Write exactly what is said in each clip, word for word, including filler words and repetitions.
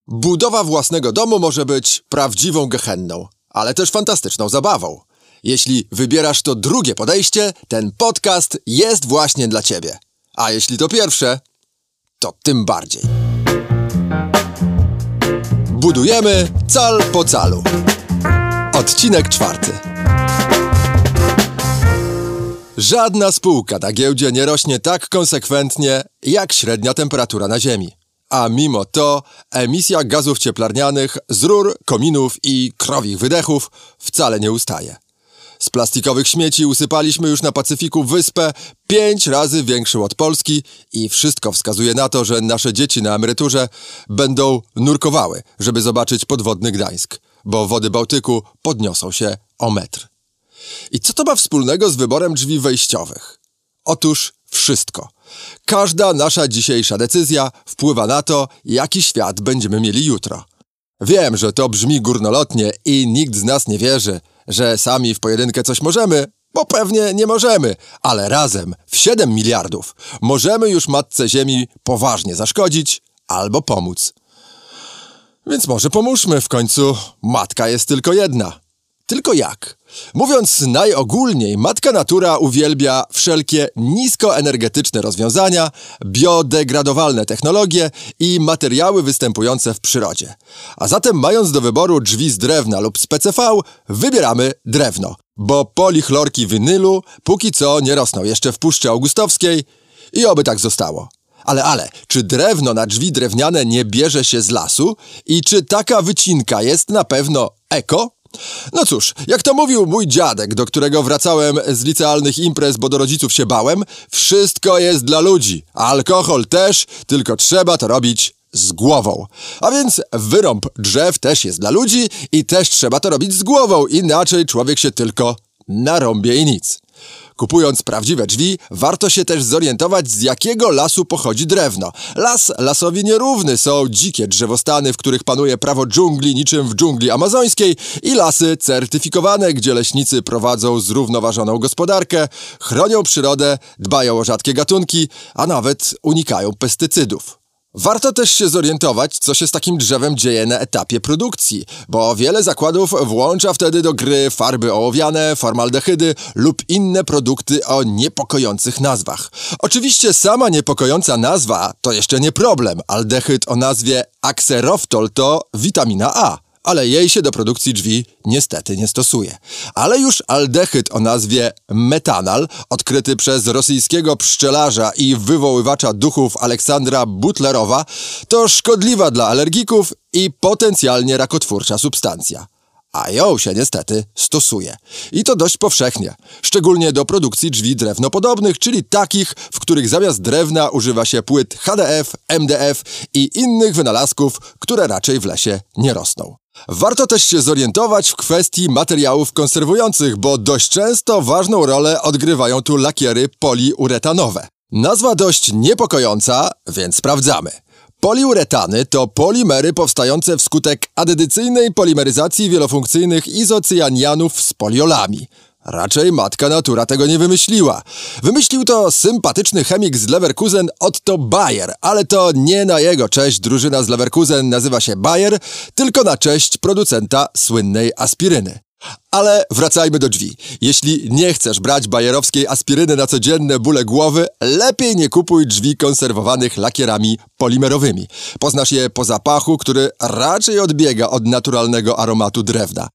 Budowa własnego domu może być prawdziwą gehenną, ale też fantastyczną zabawą. Jeśli wybierasz to drugie podejście, ten podcast jest właśnie dla Ciebie. A jeśli to pierwsze, to tym bardziej. Budujemy cal po calu. Odcinek czwarty. Żadna spółka na giełdzie nie rośnie tak konsekwentnie jak średnia temperatura na Ziemi. A mimo to emisja gazów cieplarnianych z rur, kominów i krowich wydechów wcale nie ustaje. Z plastikowych śmieci usypaliśmy już na Pacyfiku wyspę pięć razy większą od Polski i wszystko wskazuje na to, że nasze dzieci na emeryturze będą nurkowały, żeby zobaczyć podwodny Gdańsk, bo wody Bałtyku podniosą się o metr. I co to ma wspólnego z wyborem drzwi wejściowych? Otóż wszystko. Każda nasza dzisiejsza decyzja wpływa na to, jaki świat będziemy mieli jutro. Wiem, że to brzmi górnolotnie i nikt z nas nie wierzy, że sami w pojedynkę coś możemy, bo pewnie nie możemy, ale razem w siedem miliardów możemy już Matce Ziemi poważnie zaszkodzić albo pomóc. Więc może pomóżmy, w końcu matka jest tylko jedna. Tylko jak? Mówiąc najogólniej, matka natura uwielbia wszelkie niskoenergetyczne rozwiązania, biodegradowalne technologie i materiały występujące w przyrodzie. A zatem, mając do wyboru drzwi z drewna lub z P C V, wybieramy drewno, bo polichlorki winylu póki co nie rosną jeszcze w Puszczy Augustowskiej i oby tak zostało. Ale, ale, czy drewno na drzwi drewniane nie bierze się z lasu i czy taka wycinka jest na pewno eko? No cóż, jak to mówił mój dziadek, do którego wracałem z licealnych imprez, bo do rodziców się bałem, wszystko jest dla ludzi, a alkohol też, tylko trzeba to robić z głową. A więc wyrąb drzew też jest dla ludzi i też trzeba to robić z głową, inaczej człowiek się tylko narąbie i nic. Kupując prawdziwe drzwi, warto się też zorientować, z jakiego lasu pochodzi drewno. Las lasowi nierówny, są dzikie drzewostany, w których panuje prawo dżungli niczym w dżungli amazońskiej i lasy certyfikowane, gdzie leśnicy prowadzą zrównoważoną gospodarkę, chronią przyrodę, dbają o rzadkie gatunki, a nawet unikają pestycydów. Warto też się zorientować, co się z takim drzewem dzieje na etapie produkcji, bo wiele zakładów włącza wtedy do gry farby ołowiane, formaldehydy lub inne produkty o niepokojących nazwach. Oczywiście sama niepokojąca nazwa to jeszcze nie problem. Aldehyd o nazwie akseroftol to witamina A, ale jej się do produkcji drzwi niestety nie stosuje. Ale już aldehyd o nazwie metanal, odkryty przez rosyjskiego pszczelarza i wywoływacza duchów Aleksandra Butlerowa, to szkodliwa dla alergików i potencjalnie rakotwórcza substancja. A ją się niestety stosuje. I to dość powszechnie, szczególnie do produkcji drzwi drewnopodobnych, czyli takich, w których zamiast drewna używa się płyt H D F, M D F i innych wynalazków, które raczej w lesie nie rosną. Warto też się zorientować w kwestii materiałów konserwujących, bo dość często ważną rolę odgrywają tu lakiery poliuretanowe. Nazwa dość niepokojąca, więc sprawdzamy. Poliuretany to polimery powstające wskutek adedycyjnej polimeryzacji wielofunkcyjnych izocyanianów z poliolami. Raczej matka natura tego nie wymyśliła. Wymyślił to sympatyczny chemik z Leverkusen Otto Bayer, ale to nie na jego cześć drużyna z Leverkusen nazywa się Bayer, tylko na cześć producenta słynnej aspiryny. Ale wracajmy do drzwi. Jeśli nie chcesz brać bajerowskiej aspiryny na codzienne bóle głowy, lepiej nie kupuj drzwi konserwowanych lakierami polimerowymi. Poznasz je po zapachu, który raczej odbiega od naturalnego aromatu drewna.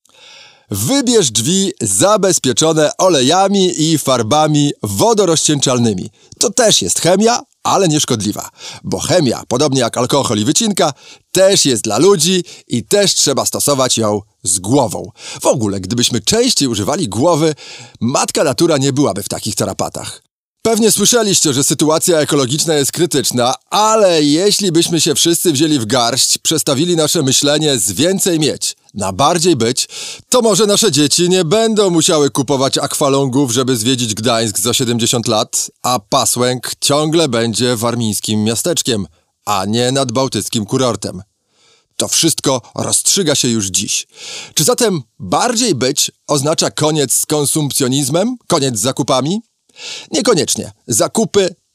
Wybierz drzwi zabezpieczone olejami i farbami wodorozcieńczalnymi. To też jest chemia, ale nieszkodliwa, bo chemia, podobnie jak alkohol i wycinka, też jest dla ludzi i też trzeba stosować ją z głową. W ogóle, gdybyśmy częściej używali głowy, matka natura nie byłaby w takich tarapatach. Pewnie słyszeliście, że sytuacja ekologiczna jest krytyczna, ale jeśli byśmy się wszyscy wzięli w garść, przestawili nasze myślenie z więcej mieć na bardziej być, to może nasze dzieci nie będą musiały kupować akwalongów, żeby zwiedzić Gdańsk za siedemdziesiąt lat, a Pasłęk ciągle będzie warmińskim miasteczkiem, a nie nadbałtyckim kurortem. To wszystko rozstrzyga się już dziś. Czy zatem bardziej być oznacza koniec z konsumpcjonizmem? Koniec z zakupami? Niekoniecznie. Zakupy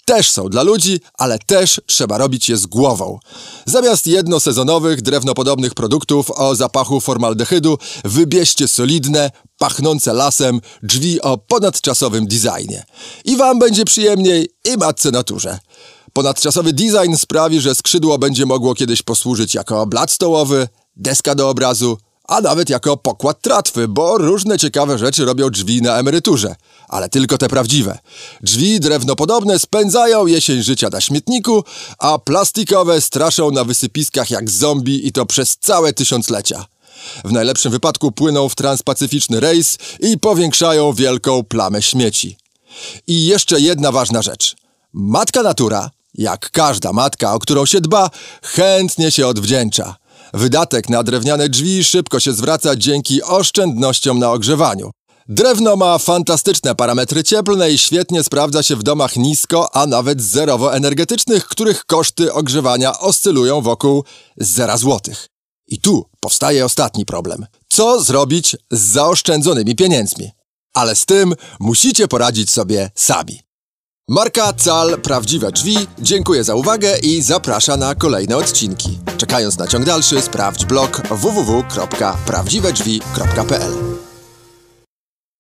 też są dla ludzi, ale też trzeba robić je z głową. Zamiast jednosezonowych, drewnopodobnych produktów o zapachu formaldehydu wybierzcie solidne, pachnące lasem drzwi o ponadczasowym designie. I wam będzie przyjemniej, i matce naturze. Ponadczasowy design sprawi, że skrzydło będzie mogło kiedyś posłużyć jako blat stołowy, deska do obrazu, a nawet jako pokład tratwy, bo różne ciekawe rzeczy robią drzwi na emeryturze. Ale tylko te prawdziwe. Drzwi drewnopodobne spędzają jesień życia na śmietniku, a plastikowe straszą na wysypiskach jak zombie i to przez całe tysiąclecia. W najlepszym wypadku płyną w transpacyficzny rejs i powiększają wielką plamę śmieci. I jeszcze jedna ważna rzecz. Matka natura, jak każda matka, o którą się dba, chętnie się odwdzięcza. Wydatek na drewniane drzwi szybko się zwraca dzięki oszczędnościom na ogrzewaniu. Drewno ma fantastyczne parametry cieplne i świetnie sprawdza się w domach nisko, a nawet zerowo energetycznych, których koszty ogrzewania oscylują wokół zera złotych. I tu powstaje ostatni problem. Co zrobić z zaoszczędzonymi pieniędzmi? Ale z tym musicie poradzić sobie sami. Marka Cal Prawdziwe Drzwi dziękuję za uwagę i zaprasza na kolejne odcinki. Czekając na ciąg dalszy, sprawdź blog w w w kropka prawdziwe drzwi kropka p l.